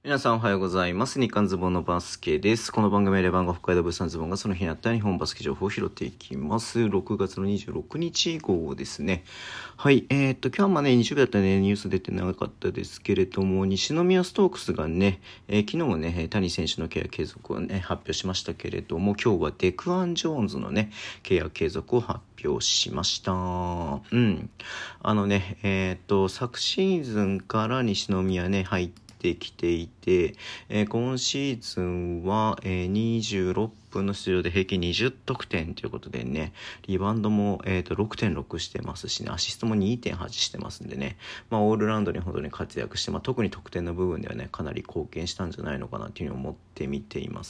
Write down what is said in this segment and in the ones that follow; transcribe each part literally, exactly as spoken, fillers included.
皆さんおはようございます。日刊ズボンのバスケです。この番組はレバンガ北海道物産ズボンがその日にあった日本バスケ情報を拾っていきます。ろくがつのにじゅうろくにち号ですね。はい。えー、っと、今日はね、日曜日だったらね、ニュース出てなかったですけれども、西宮ストークスがね、えー、昨日もね、谷選手の契約継続をね、発表しましたけれども、今日はデクアン・ジョーンズのね、契約継続を発表しました。うん。あのね、えー、っと、昨シーズンから西宮ね、入っててきていて、えー、今シーズンは、えー、にじゅうろっぷんの出場で平均にじゅってんてんということでね、リバウンドも、えー、と ろくてんろく してますしね、アシストも にてんはち してますんでね、まあ、オールラウンドに本当に活躍して、まあ、特に得点の部分ではね、かなり貢献したんじゃないのかなというふうに思って見ています。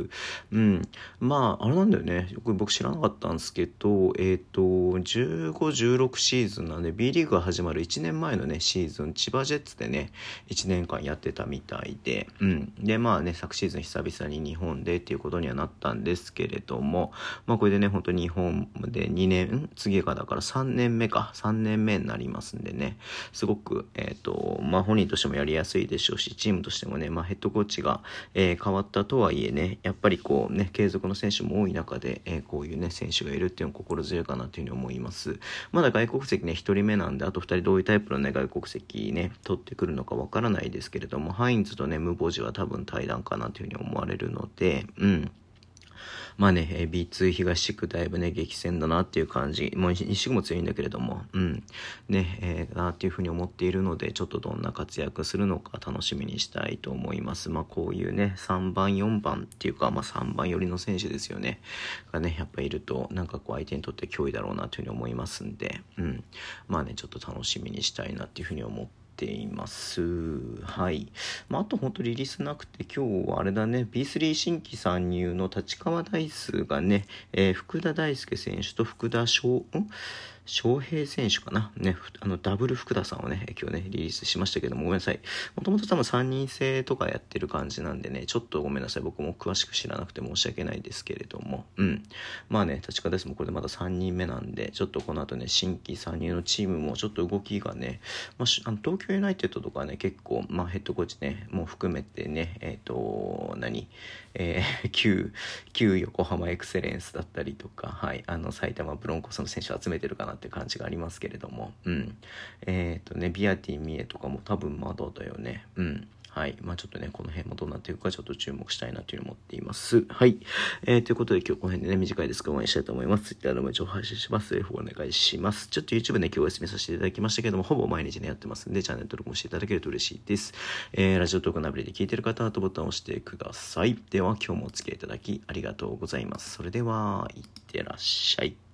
うん。まあ、あれなんだよね、よく僕知らなかったんですけど、えっ、ー、と、じゅうご、じゅうろくシーズンなんで、B リーグが始まるいちねんまえのね、シーズン、千葉ジェッツでね、いちねんかんやってたみたいで、うん。で、まあね、昨シーズン久々に日本でっていうことにはなったんですけれども、まあこれでね、本当に日本でにねん、次がだからさんねんめか、さんねんめになりますんでね、すごく、えっと、まあ本人としてもやりやすいでしょうし、チームとしてもね、まあヘッドコーチが、えー、変わったとはいえね、やっぱりこうね、継続の選手も多い中で、えー、こういうね、選手がいるっていうのは心強いかなというふうに思います。まだ外国籍ね、ひとりめなんで、あとふたりどういうタイプのね、外国籍ね、取ってくるのかわからないですけれども、ハインズとね、ムボジは多分対談かなというふうに思われるので、うん。まあね、ビーツー 東地区だいぶね、激戦だなっていう感じ。もう西地区も強いんだけれども、うん。ね、えー、なっていうふうに思っているので、ちょっとどんな活躍するのか楽しみにしたいと思います。まあこういうね、さんばん、よんばんっていうか、まあさんばん寄りの選手ですよね。がね、やっぱいると、なんかこう相手にとって脅威だろうなというふうに思いますんで、うん。まあね、ちょっと楽しみにしたいなっていうふうに思ってています。はい。まあ、あと本当リリースなくて今日はあれだね、ビースリー 新規参入の立川ダイスがね、えー、福田大輔選手と福田翔、ん翔平選手かなね、あのダブル福田さんをね、今日ね、リリースしましたけども、ごめんなさい。もともと多分さんにん制とかやってる感じなんでね、ちょっとごめんなさい。僕も詳しく知らなくて申し訳ないですけれども、うん。まあね、立川ダイスもこれでまださんにんめなんで、ちょっとこの後ね、新規参入のチームもちょっと動きがね、まあ、あの東京ユナイテッドとかね、結構、まあ、ヘッドコーチね、もう含めてね、えっ、ー、と、何、えー、旧、旧横浜エクセレンスだったりとか、はい、あの、埼玉ブロンコスの選手を集めてるかなっていう感じがありますけれども、うん。えっ、ー、とね、ビアティ・ミエとかも多分まだだよね、うん。はい。まあちょっとね、この辺もどうなっていくかちょっと注目したいなというふうに思っています。はい。えー、ということで今日この辺でね、短いですが応援したいと思います。Twitter でも情報配信します。フォローお願いします。ちょっと YouTube ね、今日お休みさせていただきましたけども、ほぼ毎日ね、やってますんで、チャンネル登録もしていただけると嬉しいです。えー、ラジオトークのアプリで聞いてる方は、ハートボタンを押してください。では、今日もお付き合いいただきありがとうございます。それでは、いってらっしゃい。